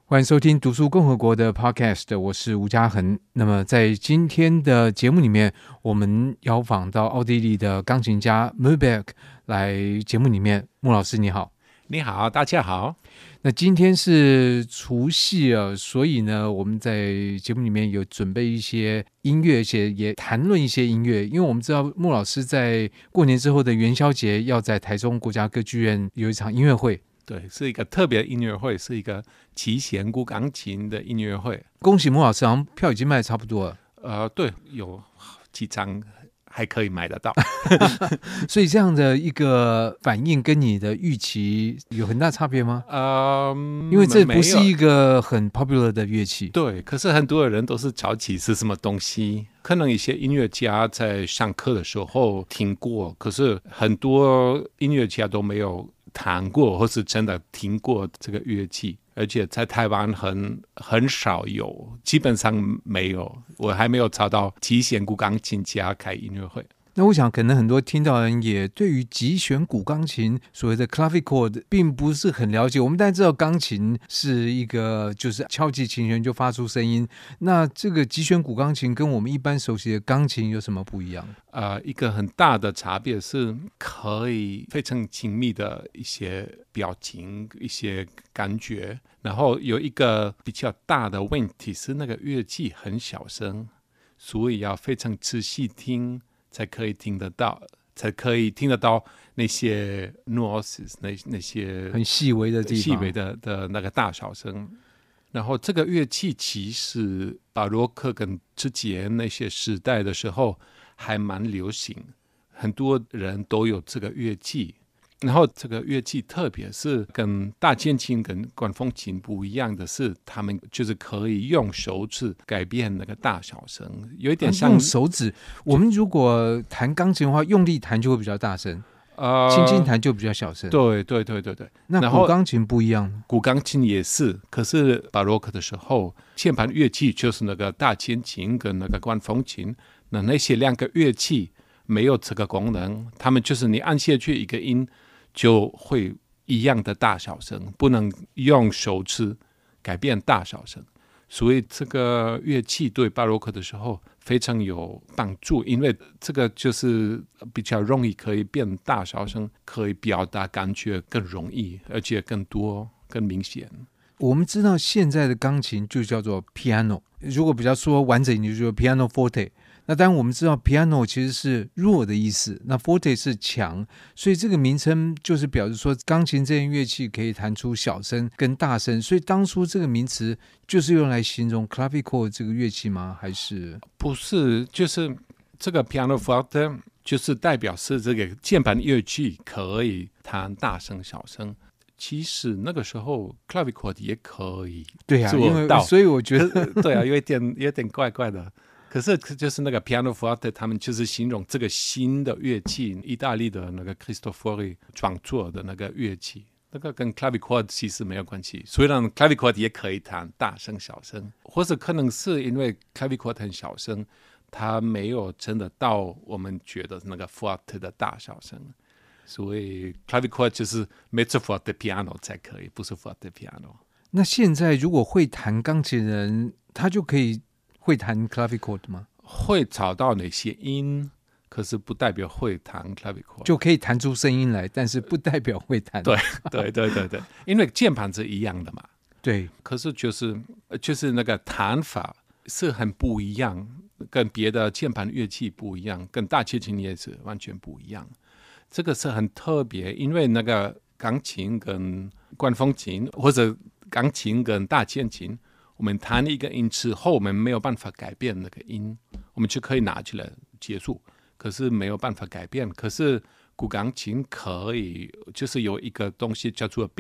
欢迎收听读书共和国的 Podcast， 我是吴嘉恒。那么在今天的节目里面，我们邀访到奥地利的钢琴家 Moberg 来节目里面。穆老师你好。 你好，大家好。 那今天是除夕啊，所以呢，我们在节目里面有准备一些音乐，而且也谈论一些音乐。因为我们知道穆老师在过年之后的元宵节要在台中国家歌剧院有一场音乐会。 对，是一个特别音乐会，是一个七弦古钢琴的音乐会。 恭喜穆老师，好像票已经卖得差不多了。 对，有几张还可以买得到。 所以这样的一个反应跟你的预期有很大差别吗？因为这不是一个很 popular 的乐器。 对，可是很多人都是好奇是什么东西。可能一些音乐家在上课的时候听过，可是很多音乐家都没有弹过或是真的听过这个乐器，而且在台湾很少有，基本上没有，我还没有找到七弦古钢琴家开音乐会。 那我想可能很多听到人也对于极弦古钢琴所谓的 clavichord 并不是很了解。我们当然知道钢琴是一个就是敲击琴弦就发出声音，那这个极弦古钢琴跟我们一般熟悉的钢琴有什么不一样？ 一个很大的差别是可以非常亲密的一些表情一些感觉，然后有一个比较大的问题是那个乐器很小声，所以要非常仔细听才可以听得到那些 nuances 那些很细微的地方， 细微的那个大小声。然后这个乐器其实巴洛克跟之前那些时代的时候还蛮流行，很多人都有这个乐器。然后这个乐器特别是跟大键琴跟管风琴不一样的是，他们就是可以用手指改变那个大小声，有一点像用手指。我们如果弹钢琴的话，用力弹就会比较大声，轻轻弹就比较小声。 对。 那古钢琴不一样， 古钢琴也是，可是巴洛克的时候，键盘乐器就是那个大键琴跟那个管风琴，那些两个乐器没有这个功能，他们就是你按下去一个音就会一样的大小声，不能用手指改变大小声。所以这个乐器对巴洛克的时候非常有帮助，因为这个就是比较容易可以变大小声，可以表达感觉更容易，而且更多更明显。 我们知道现在的钢琴就叫做 piano， 如果比较说完整你就说 piano forte。那当然我们知道 piano 其实是弱的意思，那 forte 是强，所以这个名称就是表示说钢琴这件乐器可以弹出小声跟大声，所以当初这个名词就是用来形容 clavichord 这个乐器吗？还是不是？就是这个 piano forte 就是代表是这个键盘乐器可以弹大声小声。其实那个时候 clavichord 也可以做到，对啊， 因为所以我觉得对啊，有点怪怪的。可是就是那个 piano forte 他们就是形容这个新的乐器，意大利的那个 Cristofori 创作的那个乐器，那个跟 clavichord 其实没有关系。虽然 clavichord 也可以弹大声小声，或者可能是因为 clavichord 很小声，它没有真的到我们觉得那个 forte 的大小声，所以 clavichord 就是 mezzo forte piano 才可以，不是 forte piano。 那现在如果会弹钢琴的人，他就可以会弹 clavichord 吗？ 会找到哪些音，可是不代表会弹 clavichord， 就可以弹出声音来，但是不代表会弹。 对，因为键盘是一样的嘛。 对， 可是就是那个弹法是很不一样，跟别的键盘乐器不一样，跟大提琴也是完全不一样。这个是很特别，因为那个钢琴跟管风琴或者钢琴跟大键琴，我们弹一个音之后，我们没有办法改变那个音，我们就可以拿起来结束，可是没有办法改变。可是古钢琴可以，就是有一个东西叫做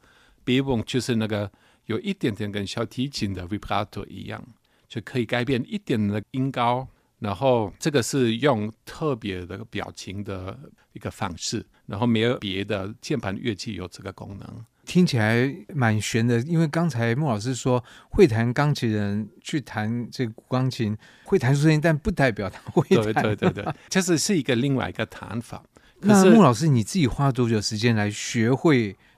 Bebung 就是那个有一点点跟小提琴的 vibrato 一样，就可以改变一点的音高，然后这个是用特别的表情的一个方式，然后没有别的键盘乐器有这个功能。 听起来蛮玄的，因为刚才穆老师说会弹钢琴的人去弹这个古钢琴会弹出声音，但不代表他会弹。 对，这是一个另外一个弹法。 那穆老师你自己花多久时间来学会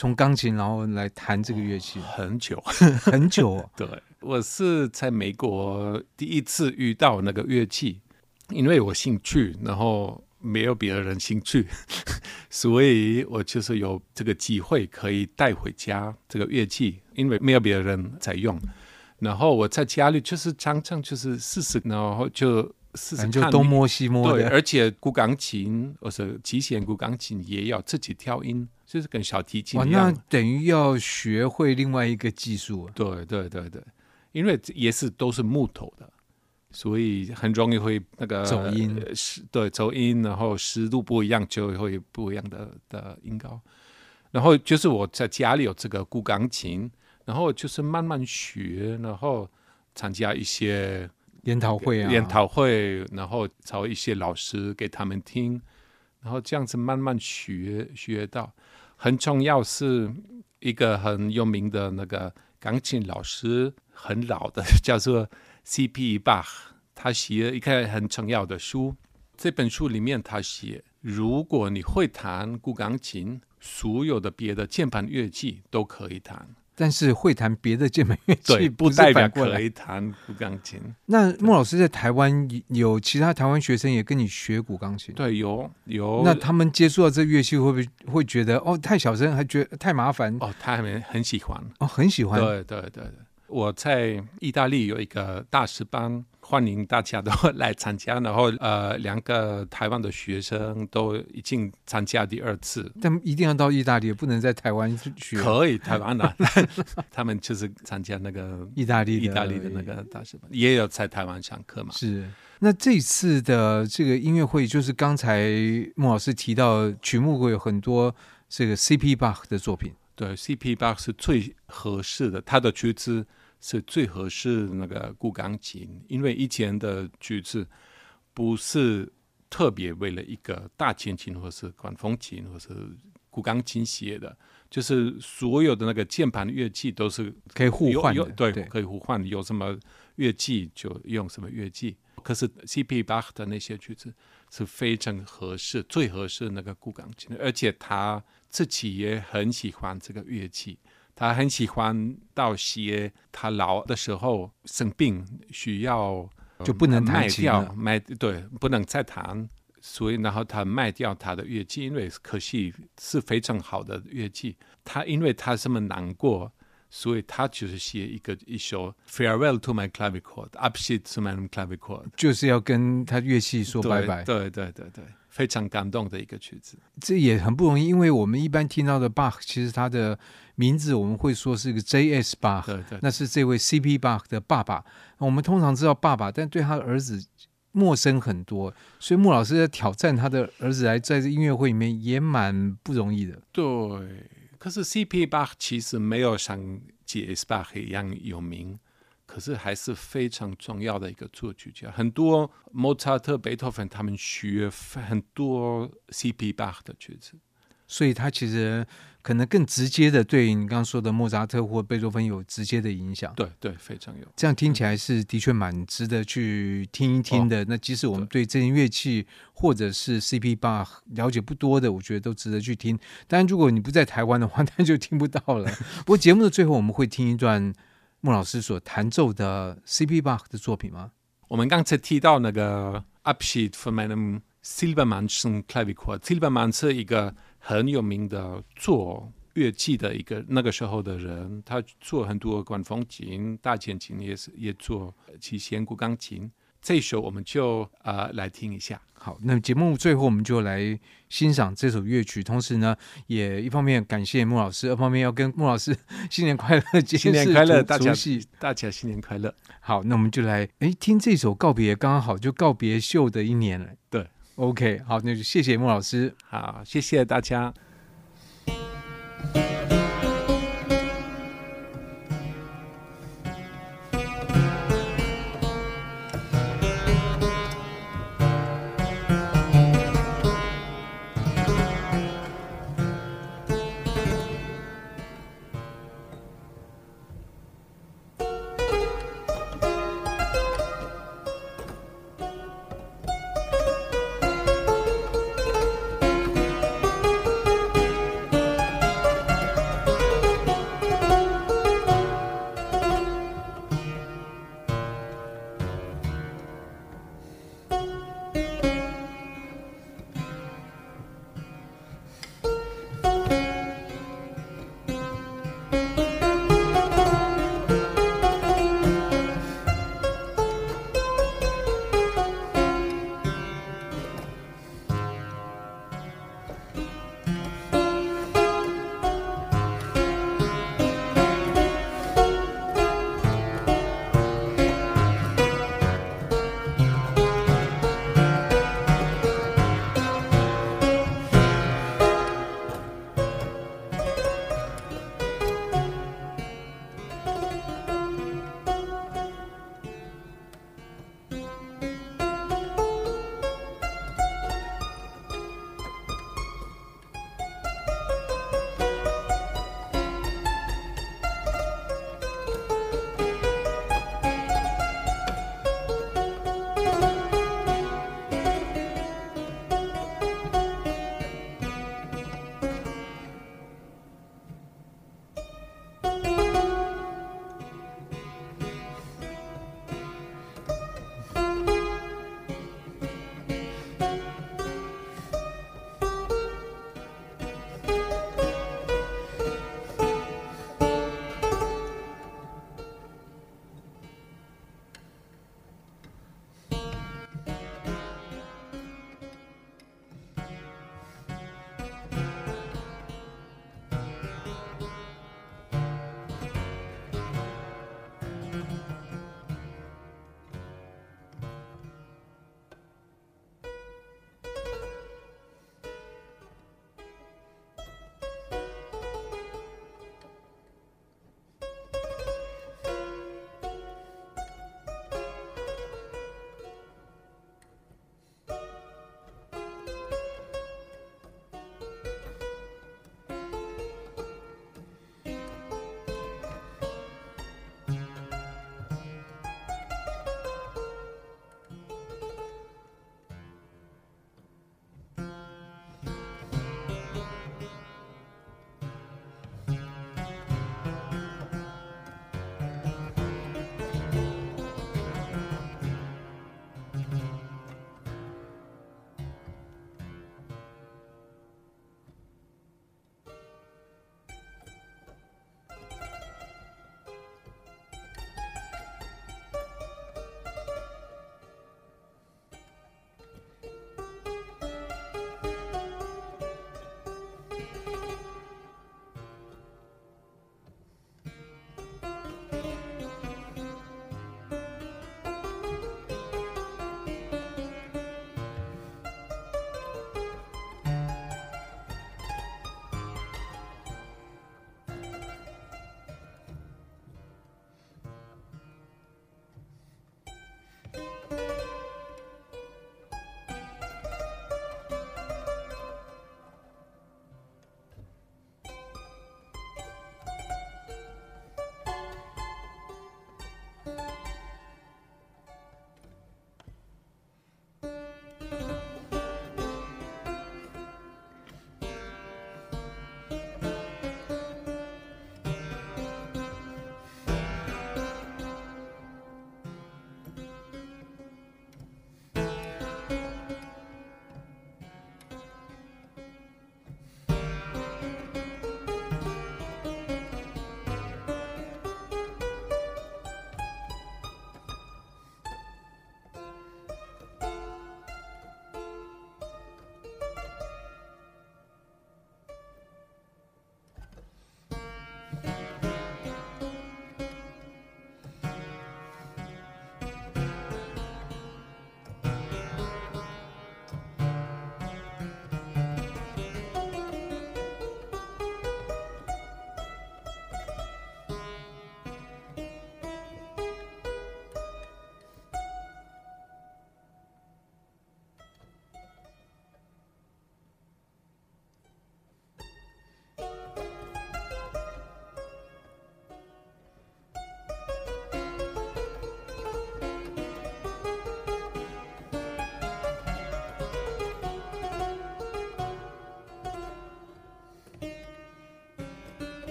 从钢琴然后来弹这个乐器？ 很久。 很久哦。 对，我是在美国第一次遇到那个乐器，因为我兴趣，然后没有别人兴趣，所以我就是有这个机会可以带回家这个乐器，因为没有别人在用。然后我在家里就是常常就是试试，然后就试试看， 就东摸西摸的。 对，而且古钢琴或者极弦古钢琴也要自己调音，就是跟小提琴一样。 那等于要学会另外一个技术。 对对对对，因为也是都是木头的，所以很容易会那个走音。 对，走音，然后湿度不一样就会不一样的音高。然后就是我在家里有这个古钢琴，然后就是慢慢学，然后参加一些研讨会， 然后找一些老师给他们听，然后这样子慢慢学到。很重要是一个很有名的那个钢琴老师，很老的，叫做 C.P. Bach， 他写了一个很重要的书。这本书里面他写，如果你会弹古钢琴，所有的别的键盘乐器都可以弹。 但是会弹别的键盘乐器不代表可以弹古钢琴。 那穆老师在台湾有其他台湾学生也跟你学古钢琴？ 对，有。 那他们接触到这乐器会不会觉得太小声，还觉得太麻烦？ 他们很喜欢。 很喜欢。 对对对。我在意大利有一个大师班，欢迎大家都来参加。然后2个台湾的学生都已经参加第2次。 但一定要到意大利，不能在台湾学。 可以，台湾的他们就是参加那个意大利的那个大师班，也有在台湾上课嘛。 是。那这次的这个音乐会，就是刚才穆老师提到曲目会有很多这个 C.P. Bach 的作品。 对， C.P. Bach 是最合适的，他的曲子是最合适那个古钢琴，因为以前的曲子不是特别为了一个大键琴或是管风琴或是古钢琴写的，就是所有的那个键盘乐器都是可以互换的。 对，可以互换，有什么乐器就用什么乐器。可是 C.P. Bach 的那些曲子是非常合适，最合适那个古钢琴，而且他自己也很喜欢这个乐器。他很喜欢到写他老的时候生病需要就不能弹琴了， 对，不能再弹，所以然后他卖掉他的乐器，因为可惜是非常好的乐器。他因为他这么难过，所以他就是写一首 Farewell to my clavichord， Abschied zu meinem clavichord， 就是要跟他乐器说拜拜。 对，非常感动的一个曲子。 这也很不容易，因为我们一般听到的 Bach， 其实他的名字我们会说是个 J.S. Bach， 对， 那是这位 C.P. Bach 的爸爸。我们通常知道爸爸，但对他的儿子陌生很多，所以穆老师在挑战他的儿子来在这音乐会里面也蛮不容易的。 对，可是 C.P. Bach 其实没有像 J.S. Bach 一样有名，可是还是非常重要的一个作曲家。很多莫扎特、贝多芬他们学很多 C.P. Bach 的曲子， 所以他其实可能更直接的对你刚刚说的莫扎特或贝多芬有直接的影响。 对，非常有。 这样听起来是的确蛮值得去听一听的。那即使我们对这件乐器或者是 C.P. Bach 了解不多的，我觉得都值得去听。当然如果你不在台湾的话，那就听不到了。不过节目的最后我们会听一段穆老师所弹奏的 C.P. Bach 的作品吗？ 我们刚才提到那个 Abschied von meinem Silbermannschen Clavichord， Silbermann 是一个很有名的做乐器的一个那个时候的人，他做很多管风琴、大键琴，也做极弦古钢琴。这一首我们就来听一下。 好，那节目最后我们就来欣赏这首乐曲，同时呢，也一方面感谢穆老师，二方面要跟穆老师新年快乐， 新年快乐，大家新年快乐。 好，那我们就来听这首告别，刚刚好就告别秀的一年了。 对 ，OK， 好，那就谢谢穆老师。 好，谢谢大家。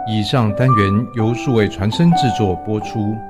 以上单元由数位传声制作播出。